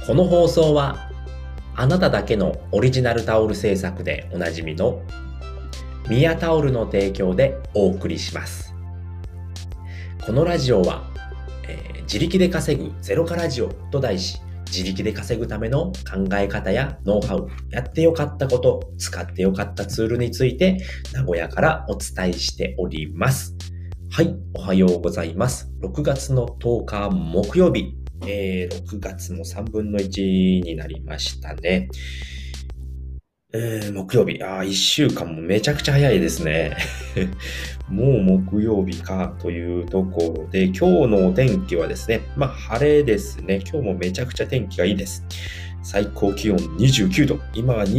この放送はあなただけのオリジナルタオル制作でおなじみのミヤタオルの提供でお送りします。このラジオは、自力で稼ぐゼロカラジオと題し、自力で稼ぐための考え方やノウハウ、やってよかったこと、使ってよかったツールについて名古屋からお伝えしております。はい、おはようございます。6月の10日木曜日、6月も3分の1になりましたね。木曜日、1週間もめちゃくちゃ早いですね。もう木曜日かというところで、今日のお天気はですね、晴れですね。今日もめちゃくちゃ天気がいいです。最高気温29度、今は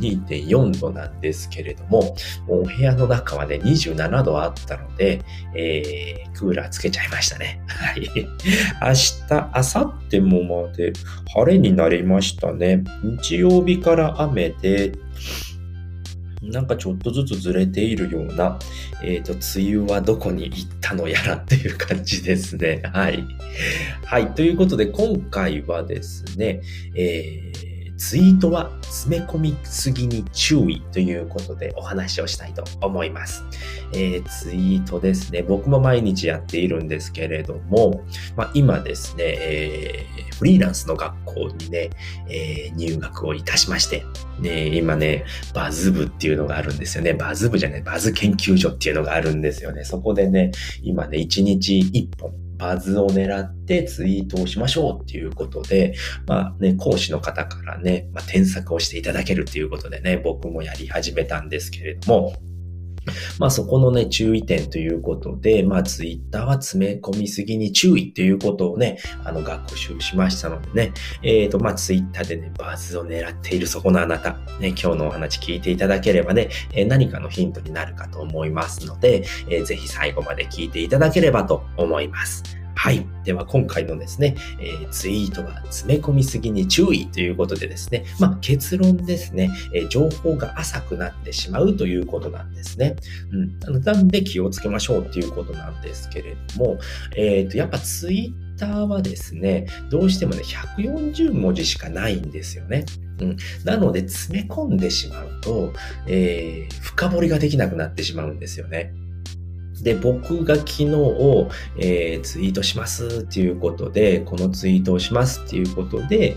22.4 度なんですけれども、もうお部屋の中はね、27度あったので、クーラーつけちゃいましたね。はい。明日、明後日もまで晴れになりましたね。日曜日から雨で、なんかちょっとずつずれているような、梅雨はどこに行ったのやらっていう感じですね。はい。はい。ということで、今回はですね、ツイートは詰め込みすぎに注意ということでお話をしたいと思います。ツイートですね。僕も毎日やっているんですけれども、今ですね、フリーランスの学校にね、入学をいたしまして、今ね、バズ部っていうのがあるんですよね。バズ部じゃない、バズ研究所っていうのがあるんですよね。そこでね、今ね、1日1本、バズを狙ってツイートをしましょうっていうことで、講師の方からね、添削をしていただけるっていうことでね、僕もやり始めたんですけれども、そこのね、注意点ということで、ツイッターは詰め込みすぎに注意ということをね、学習しましたのでね、ツイッターでね、バズを狙っているそこのあなた、ね、今日のお話聞いていただければね、何かのヒントになるかと思いますので、ぜひ最後まで聞いていただければと思います。はい。では今回のですね、ツイートは詰め込みすぎに注意ということでですね、結論ですね、情報が浅くなってしまうということなんですね。なんで気をつけましょうということなんですけれども、やっぱツイッターはですね、どうしてもね、140文字しかないんですよね。なので詰め込んでしまうと、深掘りができなくなってしまうんですよね。で、僕が昨日、ツイートしますっていうことで、このツイートをしますっていうことで、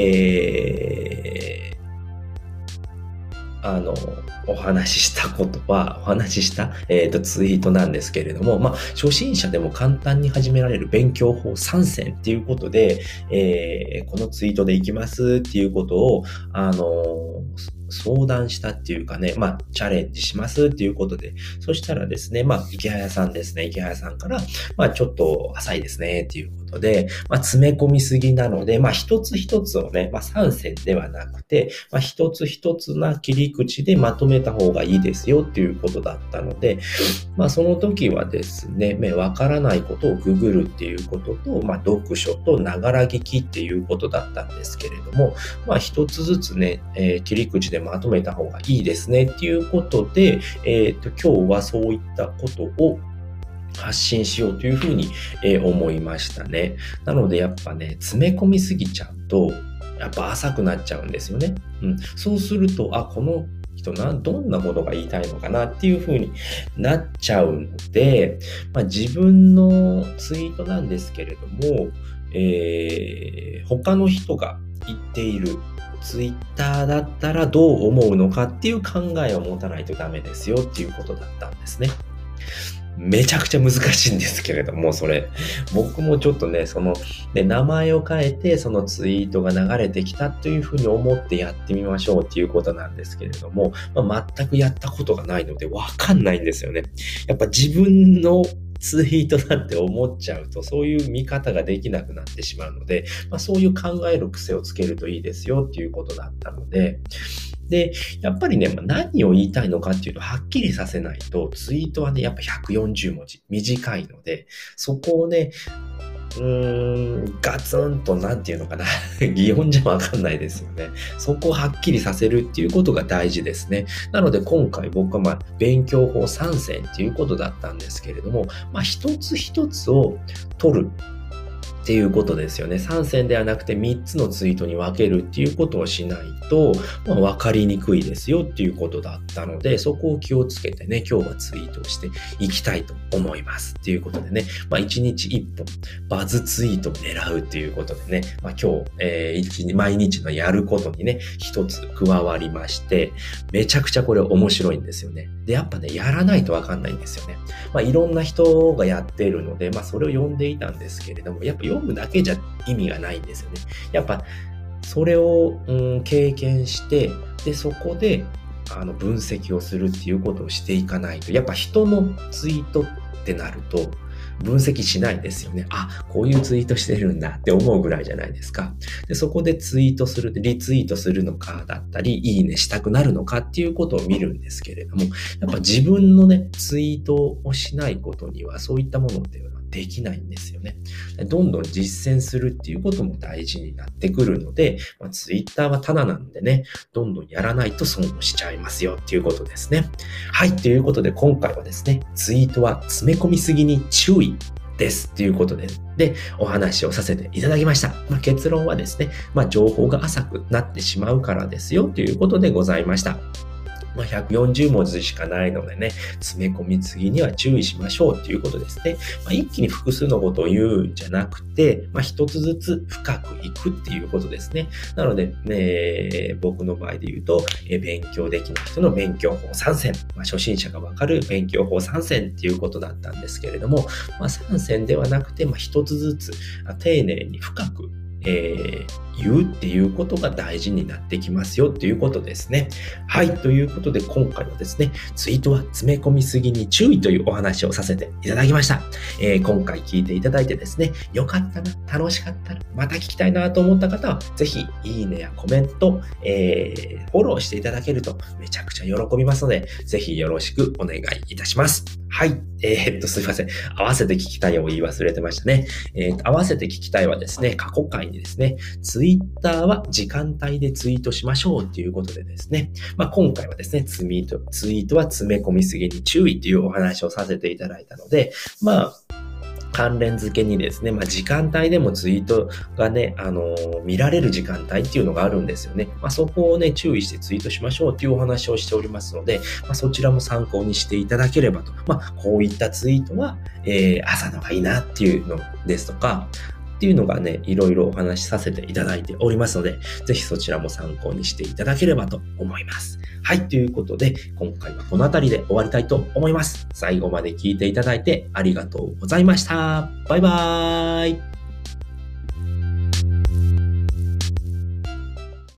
お話ししたツイートなんですけれども、初心者でも簡単に始められる勉強法3選っていうことで、このツイートでいきますっていうことを、相談したっていうかね、チャレンジしますっていうことで、そしたらですね、池早さんですね、池早さんから、ちょっと浅いですねっていうことで、詰め込みすぎなので、一つ一つをね、3選ではなくて、一つ一つな切り口でまとめた方がいいですよっていうことだったので、その時はですね、わからないことをググるっていうことと、読書とながら聞きっていうことだったんですけれども、一つずつね、切り口でまとめた方がいいですねっていうことで、今日はそういったことを発信しようというふうに、思いましたね。なのでやっぱね、詰め込みすぎちゃうと、やっぱ浅くなっちゃうんですよね。そうすると、この人どんなことが言いたいのかなっていうふうになっちゃうので、自分のツイートなんですけれども、他の人が言っているツイッターだったらどう思うのかっていう考えを持たないとダメですよっていうことだったんですね。めちゃくちゃ難しいんですけれども、それ。僕もちょっとね、名前を変えて、そのツイートが流れてきたというふうに思ってやってみましょうっていうことなんですけれども、全くやったことがないのでわかんないんですよね。やっぱ自分のツイートだって思っちゃうと、そういう見方ができなくなってしまうので、そういう考える癖をつけるといいですよっていうことだったので、で、やっぱりね、何を言いたいのかっていうのをはっきりさせないと、ツイートはね、やっぱ140文字、短いので、そこをね、ガツンとなんていうのかな擬音じゃわかんないですよね。そこをはっきりさせるっていうことが大事ですね。なので今回僕は勉強法3選っていうことだったんですけれども、一つ一つを取る。 っていうことですよね。3選ではなくて3つのツイートに分けるっていうことをしないと、分かりにくいですよっていうことだったので、そこを気をつけてね、今日はツイートをしていきたいと思います。っていうことでね、1日1本バズツイートを狙うっていうことでね、今日、毎日のやることにね、一つ加わりまして、めちゃくちゃこれ面白いんですよね。で、やっぱね、やらないと分かんないんですよね。いろんな人がやっているので、それを読んでいたんですけれども、やっぱ読むだけじゃ意味がないんですよね。やっぱ、それを、経験して、で、そこで、分析をするっていうことをしていかないと、やっぱ人のツイートってなると、分析しないですよね。あ、こういうツイートしてるんだって思うぐらいじゃないですか。で、そこでツイートする、リツイートするのかだったり、いいねしたくなるのかっていうことを見るんですけれども、やっぱ自分のね、ツイートをしないことには、そういったものっていうのはできないんですよね。どんどん実践するっていうことも大事になってくるので、ツイッターはタダなんでね、どんどんやらないと損をしちゃいますよっていうことですね。はい、ということで今回はですね、ツイートは詰め込みすぎに注意ですということで、お話をさせていただきました。結論はですね、情報が浅くなってしまうからですよということでございました。140文字しかないのでね、詰め込みすぎには注意しましょうということですね。一気に複数のことを言うんじゃなくて、一つずつ深くいくっていうことですね。なので、僕の場合で言うと、勉強できない人の勉強法3選、初心者がわかる勉強法3選っていうことだったんですけれども、3選ではなくて、一つずつ丁寧に深く言うっていうことが大事になってきますよっていうことですね。はい。ということで今回はですね、ツイートは詰め込みすぎに注意というお話をさせていただきました。今回聞いていただいてですね、よかったな、楽しかったな、また聞きたいなと思った方は、ぜひいいねやコメント、フォローしていただけるとめちゃくちゃ喜びますので、ぜひよろしくお願いいたします。はい。すいません。合わせて聞きたいを言い忘れてましたね。合わせて聞きたいはですね、過去回にですね、ツイッターは時間帯でツイートしましょうということでですね、今回はですね、ツイートは詰め込みすぎに注意というお話をさせていただいたので、関連付けにですね、時間帯でもツイートがね、見られる時間帯っていうのがあるんですよね。そこをね、注意してツイートしましょうっていうお話をしておりますので、そちらも参考にしていただければと。こういったツイートは、朝のがいいなっていうのですとか、っていうのがね、いろいろお話しさせていただいておりますので、ぜひそちらも参考にしていただければと思います。はい、ということで、今回はこの辺りで終わりたいと思います。最後まで聞いていただいてありがとうございました。バイバーイ。